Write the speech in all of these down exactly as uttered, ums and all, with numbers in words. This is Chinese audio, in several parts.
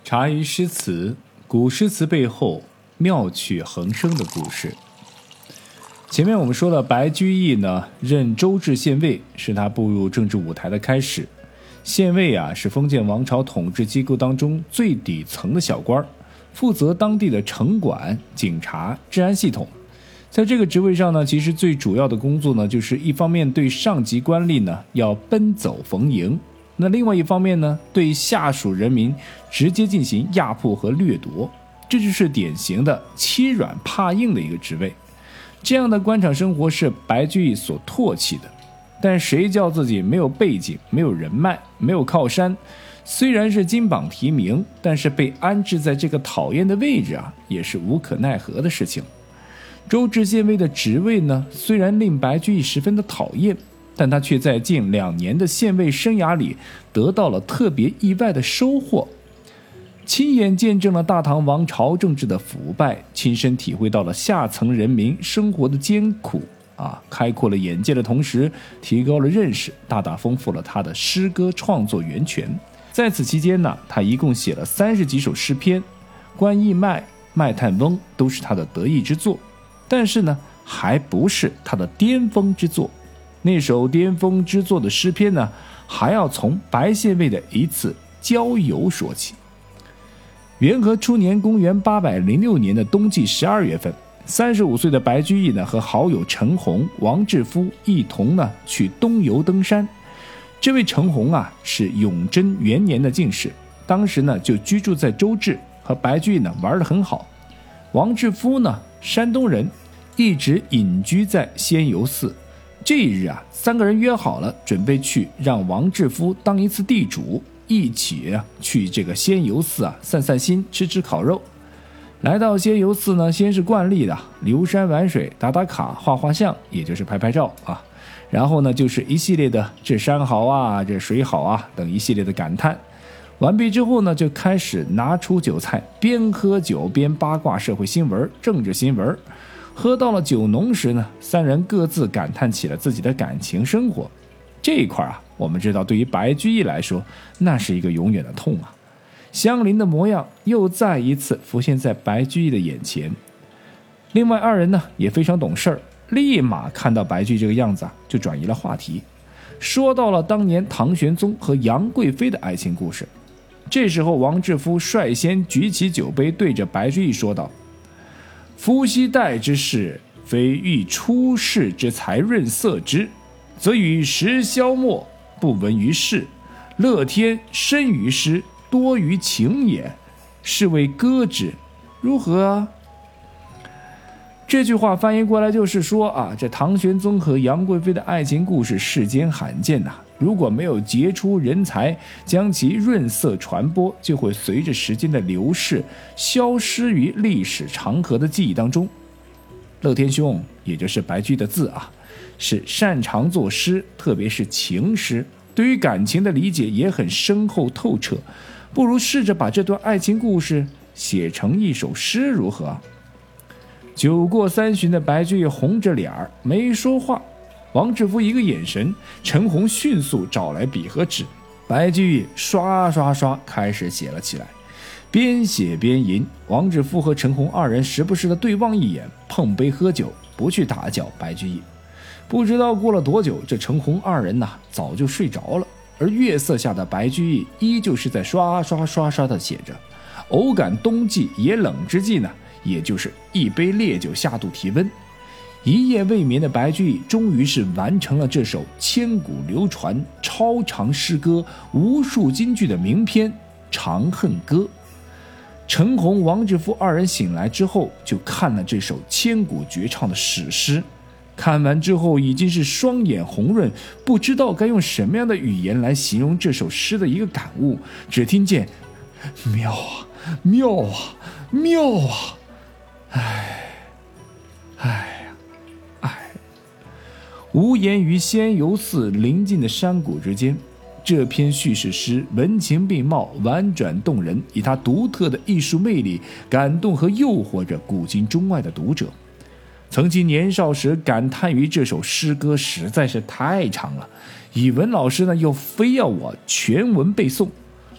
茶余诗词，古诗词背后妙趣横生的故事。前面我们说了，白居易呢任州治县尉，是他步入政治舞台的开始。县尉啊，是封建王朝统治机构当中最底层的小官，负责当地的城管、警察、治安系统。在这个职位上呢，其实最主要的工作呢，就是一方面对上级官吏呢要奔走逢迎，那另外一方面呢，对下属人民直接进行压迫和掠夺，这就是典型的欺软怕硬的一个职位。这样的官场生活是白居易所唾弃的，但谁叫自己没有背景、没有人脉、没有靠山，虽然是金榜题名，但是被安置在这个讨厌的位置啊，也是无可奈何的事情。州治县尉的职位呢，虽然令白居易十分的讨厌，但他却在近两年的县尉生涯里得到了特别意外的收获，亲眼见证了大唐王朝政治的腐败，亲身体会到了下层人民生活的艰苦啊，开阔了眼界的同时，提高了认识，大大丰富了他的诗歌创作源泉。在此期间呢，他一共写了三十几首诗篇，关义麦、麦炭翁都是他的得意之作，但是呢，还不是他的巅峰之作。那首巅峰之作的诗篇呢，还要从白县尉的一次郊游说起。元和初年，公元八百零六年的冬季十二月份，三十五岁的白居易呢和好友陈洪、王志夫一同呢去东游登山。这位陈洪啊是永贞元年的进士，当时呢就居住在州治，和白居易呢玩得很好。王志夫呢山东人，一直隐居在仙游寺。这一日啊，三个人约好了，准备去让王志夫当一次地主，一起啊去这个仙游寺啊散散心，吃吃烤肉。来到仙游寺呢，先是惯例的游山玩水、打打卡、画画像，也就是拍拍照啊。然后呢，就是一系列的这山好啊，这水好啊等一系列的感叹。完毕之后呢，就开始拿出酒菜，边喝酒边八卦社会新闻、政治新闻。喝到了酒浓时呢，三人各自感叹起了自己的感情生活。这一块啊，我们知道对于白居易来说，那是一个永远的痛啊。相邻的模样又再一次浮现在白居易的眼前。另外二人呢也非常懂事儿，立马看到白居易这个样子啊，就转移了话题，说到了当年唐玄宗和杨贵妃的爱情故事。这时候王志夫率先举起酒杯，对着白居易说道：夫昔代之事，非欲出世之才润色之，则与时消没，不闻于世。乐天深于诗，多于情也，是谓歌之。如何啊？这句话翻译过来就是说啊，这唐玄宗和杨贵妃的爱情故事世间罕见呐、啊，如果没有杰出人才将其润色传播，就会随着时间的流逝消失于历史长河的记忆当中。乐天兄，也就是白居易的字啊，是擅长作诗，特别是情诗，对于感情的理解也很深厚透彻。不如试着把这段爱情故事写成一首诗如何？酒过三巡的白居易红着脸儿没说话，王志夫一个眼神，陈洪迅速找来笔和纸，白居易刷刷刷开始写了起来，边写边吟。王志夫和陈洪二人时不时的对望一眼，碰杯喝酒，不去打搅白居易。不知道过了多久，这陈洪二人呐、啊、早就睡着了，而月色下的白居易依旧是在刷刷刷刷的写着。偶感冬季也冷之际呢，也就是一杯烈酒下肚提温。一夜未眠的白居易终于是完成了这首千古流传、超长诗歌、无数金句的名篇《长恨歌》。陈洪、王志夫二人醒来之后，就看了这首千古绝唱的史诗。看完之后已经是双眼红润，不知道该用什么样的语言来形容这首诗的一个感悟，只听见妙啊妙啊妙啊，唉唉唉，无言于仙游寺临近的山谷之间。这篇叙事诗文情并茂，婉转动人，以它独特的艺术魅力感动和诱惑着古今中外的读者。曾经年少时感叹于这首诗歌实在是太长了，语文老师呢又非要我全文背诵，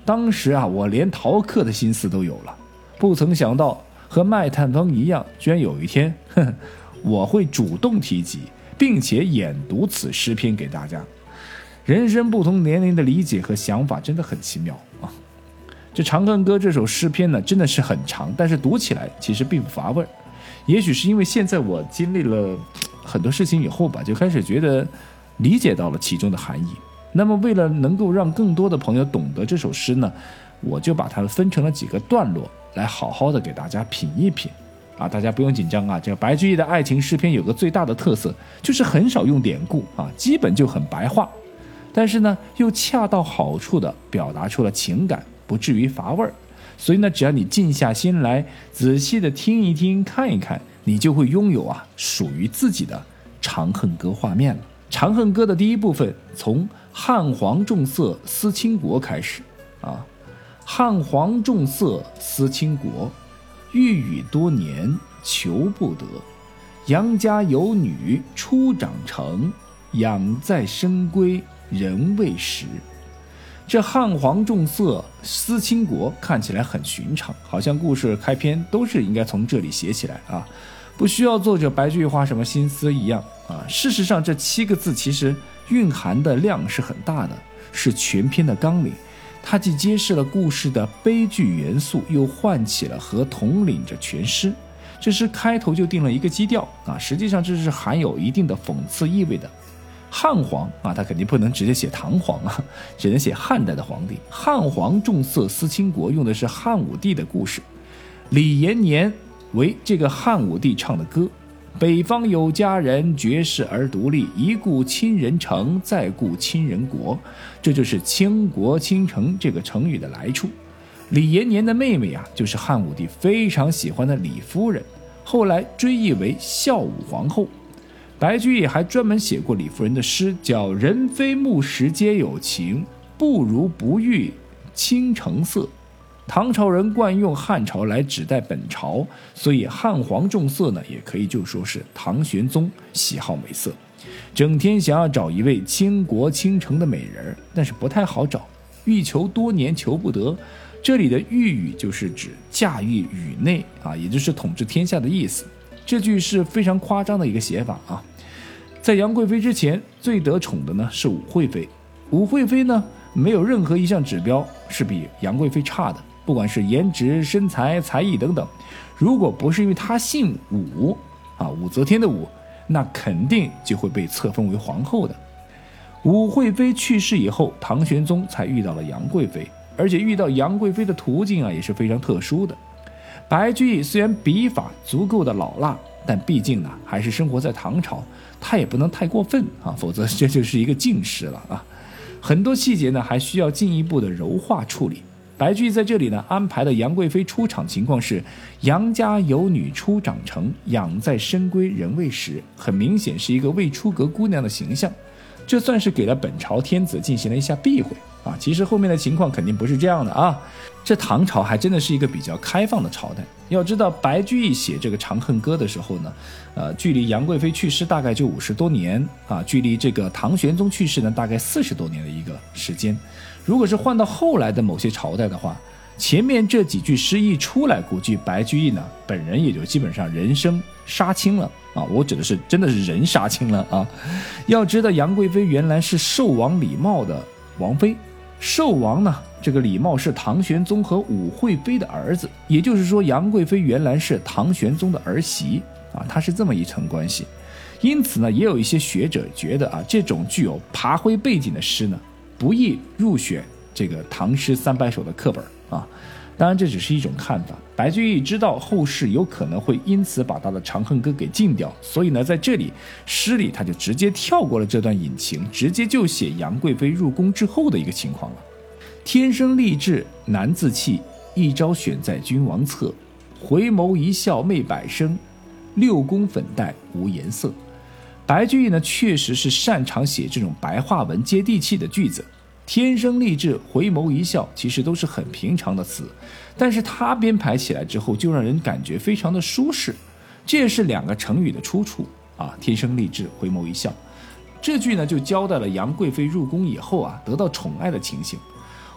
当时啊，我连逃课的心思都有了，不曾想到和麦探风一样，居然有一天，呵呵，我会主动提及，并且演读此诗篇给大家。人生不同年龄的理解和想法真的很奇妙啊！这《长恨歌》这首诗篇呢，真的是很长，但是读起来其实并不乏味。也许是因为现在我经历了很多事情以后吧，就开始觉得理解到了其中的含义。那么为了能够让更多的朋友懂得这首诗呢，我就把它分成了几个段落，来好好的给大家品一品啊！大家不用紧张啊，这个白居易的爱情诗篇有个最大的特色，就是很少用典故啊，基本就很白话，但是呢又恰到好处的表达出了情感，不至于乏味儿。所以呢，只要你静下心来，仔细的听一听，看一看，你就会拥有啊属于自己的长恨歌画面了。长恨歌的第一部分从汉皇重色思倾国开始啊，汉皇重色思倾国，欲语多年求不得，杨家有女初长成，养在深闺人未识。这汉皇重色思倾国看起来很寻常，好像故事开篇都是应该从这里写起来啊，不需要作者白居易花什么心思一样啊。事实上这七个字其实蕴含的量是很大的，是全篇的纲领。它既揭示了故事的悲剧元素，又唤起了和统领着全诗。这诗开头就定了一个基调啊，实际上这是含有一定的讽刺意味的。汉皇啊，他肯定不能直接写唐皇啊，只能写汉代的皇帝。汉皇重色思倾国用的是汉武帝的故事，李延年为这个汉武帝唱的歌。北方有佳人，绝世而独立，一顾倾人城，再顾倾人国。这就是倾国倾城这个成语的来处。李延年的妹妹啊，就是汉武帝非常喜欢的李夫人，后来追忆为孝武皇后。白居易还专门写过李夫人的诗，叫人非木石皆有情，不如不遇倾城色。唐朝人惯用汉朝来指代本朝，所以汉皇重色呢，也可以就说是唐玄宗喜好美色，整天想要找一位倾国倾城的美人，但是不太好找，欲求多年求不得。这里的欲语就是指驾驭宇内啊，也就是统治天下的意思。这句是非常夸张的一个写法啊。在杨贵妃之前，最得宠的呢是武惠妃。武惠妃呢，没有任何一项指标是比杨贵妃差的，不管是颜值、身材、才艺等等。如果不是因为她姓武啊，武则天的武，那肯定就会被册封为皇后的。武惠妃去世以后，唐玄宗才遇到了杨贵妃，而且遇到杨贵妃的途径啊也是非常特殊的。白居易虽然笔法足够的老辣，但毕竟呢还是生活在唐朝，他也不能太过分啊，否则这就是一个禁诗了啊。很多细节呢还需要进一步的柔化处理。白居易在这里呢安排的杨贵妃出场情况是杨家有女初长成，养在深闺人未识，很明显是一个未出阁姑娘的形象，这算是给了本朝天子进行了一下避讳啊。其实后面的情况肯定不是这样的啊。这唐朝还真的是一个比较开放的朝代。要知道白居易写这个《长恨歌》的时候呢，呃，距离杨贵妃去世大概就五十多年啊，距离这个唐玄宗去世呢大概四十多年的一个时间。如果是换到后来的某些朝代的话，前面这几句诗一出来，估计白居易呢本人也就基本上人生杀青了啊，我指的是真的是人杀青了啊。要知道杨贵妃原来是寿王李瑁的王妃，寿王呢这个李瑁是唐玄宗和武惠妃的儿子，也就是说杨贵妃原来是唐玄宗的儿媳啊，她是这么一层关系。因此呢，也有一些学者觉得啊，这种具有爬灰背景的诗呢，不宜入选这个唐诗三百首的课本啊。当然这只是一种看法，白居易知道后世有可能会因此把他的《长恨歌》给禁掉，所以呢，在这里诗里他就直接跳过了这段隐情，直接就写杨贵妃入宫之后的一个情况了。天生丽质难自弃，一朝选在君王侧，回眸一笑媚百生，六宫粉黛无颜色。白居易呢，确实是擅长写这种白话文接地气的句子。天生丽质、回眸一笑其实都是很平常的词，但是他编排起来之后就让人感觉非常的舒适。这也是两个成语的出处啊，天生丽质、回眸一笑。这句呢就交代了杨贵妃入宫以后啊得到宠爱的情形。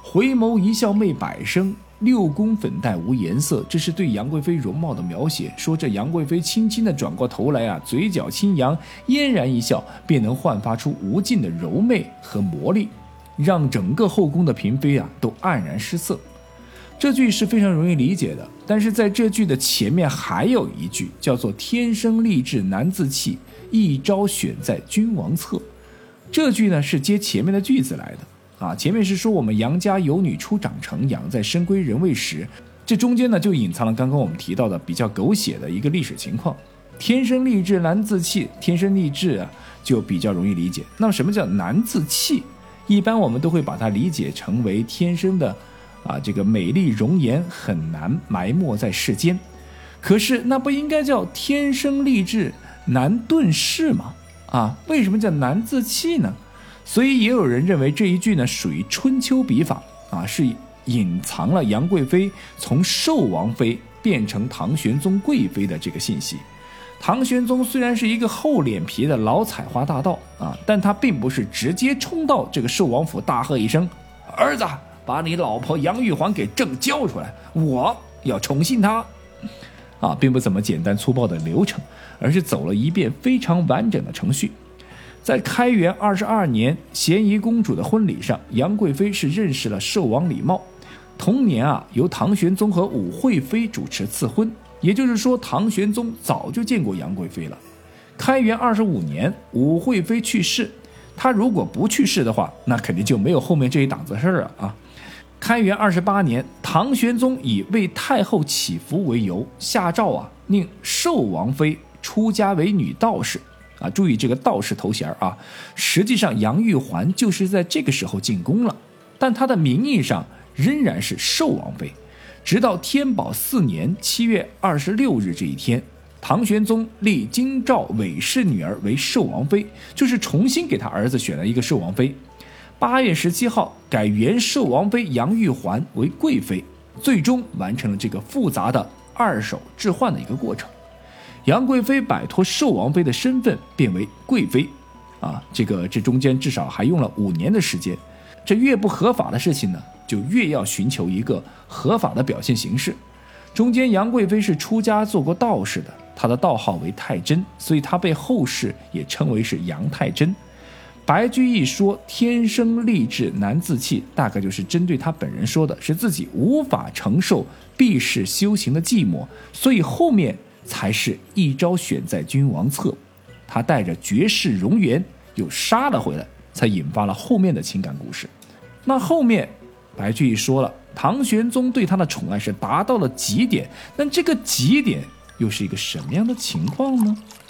回眸一笑媚百生，六宫粉黛无颜色，这是对杨贵妃容貌的描写。说这杨贵妃轻轻地转过头来啊，嘴角轻扬，嫣然一笑，便能焕发出无尽的柔媚和魔力，让整个后宫的嫔妃啊都黯然失色。这句是非常容易理解的，但是在这句的前面还有一句，叫做天生丽质难自弃，一朝选在君王侧。这句呢是接前面的句子来的啊，前面是说我们杨家有女初长成，养在深闺人未识，这中间呢就隐藏了刚刚我们提到的比较狗血的一个历史情况。天生丽质难自弃，天生丽质啊就比较容易理解。那么什么叫难自弃？一般我们都会把它理解成为天生的啊，这个美丽容颜很难埋没在世间。可是那不应该叫天生丽质难遁世吗？啊，为什么叫难自弃呢？所以也有人认为这一句呢属于春秋笔法啊，是隐藏了杨贵妃从寿王妃变成唐玄宗贵妃的这个信息。唐玄宗虽然是一个厚脸皮的老采花大盗啊，但他并不是直接冲到这个寿王府大喝一声，儿子，把你老婆杨玉环给朕交出来，我要宠幸她啊，并不怎么简单粗暴的流程，而是走了一遍非常完整的程序。在开元二十二年咸宜公主的婚礼上，杨贵妃是认识了寿王李瑁。同年啊，由唐玄宗和武惠妃主持赐婚，也就是说唐玄宗早就见过杨贵妃了。开元二十五年，武惠妃去世，她如果不去世的话，那肯定就没有后面这一档子事儿啊啊！开元二十八年，唐玄宗以为太后祈福为由，下诏啊，令寿王妃出家为女道士啊，注意这个道士头衔啊。实际上杨玉环就是在这个时候进宫了，但她的名义上仍然是寿王妃。直到天宝四年七月二十六日这一天，唐玄宗立京兆韦氏女儿为寿王妃，就是重新给他儿子选了一个寿王妃。八月十七号改元寿王妃杨玉环为贵妃，最终完成了这个复杂的二手置换的一个过程。杨贵妃摆脱寿王妃的身份，变为贵妃啊，这个这中间至少还用了五年的时间。这越不合法的事情呢，就越要寻求一个合法的表现形式。中间杨贵妃是出家做过道士的，她的道号为太真，所以她被后世也称为是杨太真。白居易说天生丽质难自弃，大概就是针对他本人说的，是自己无法承受避世修行的寂寞，所以后面才是一朝选在君王侧。他带着绝世容颜又杀了回来，才引发了后面的情感故事。那后面白居易说了，唐玄宗对他的宠爱是达到了极点，但这个极点又是一个什么样的情况呢？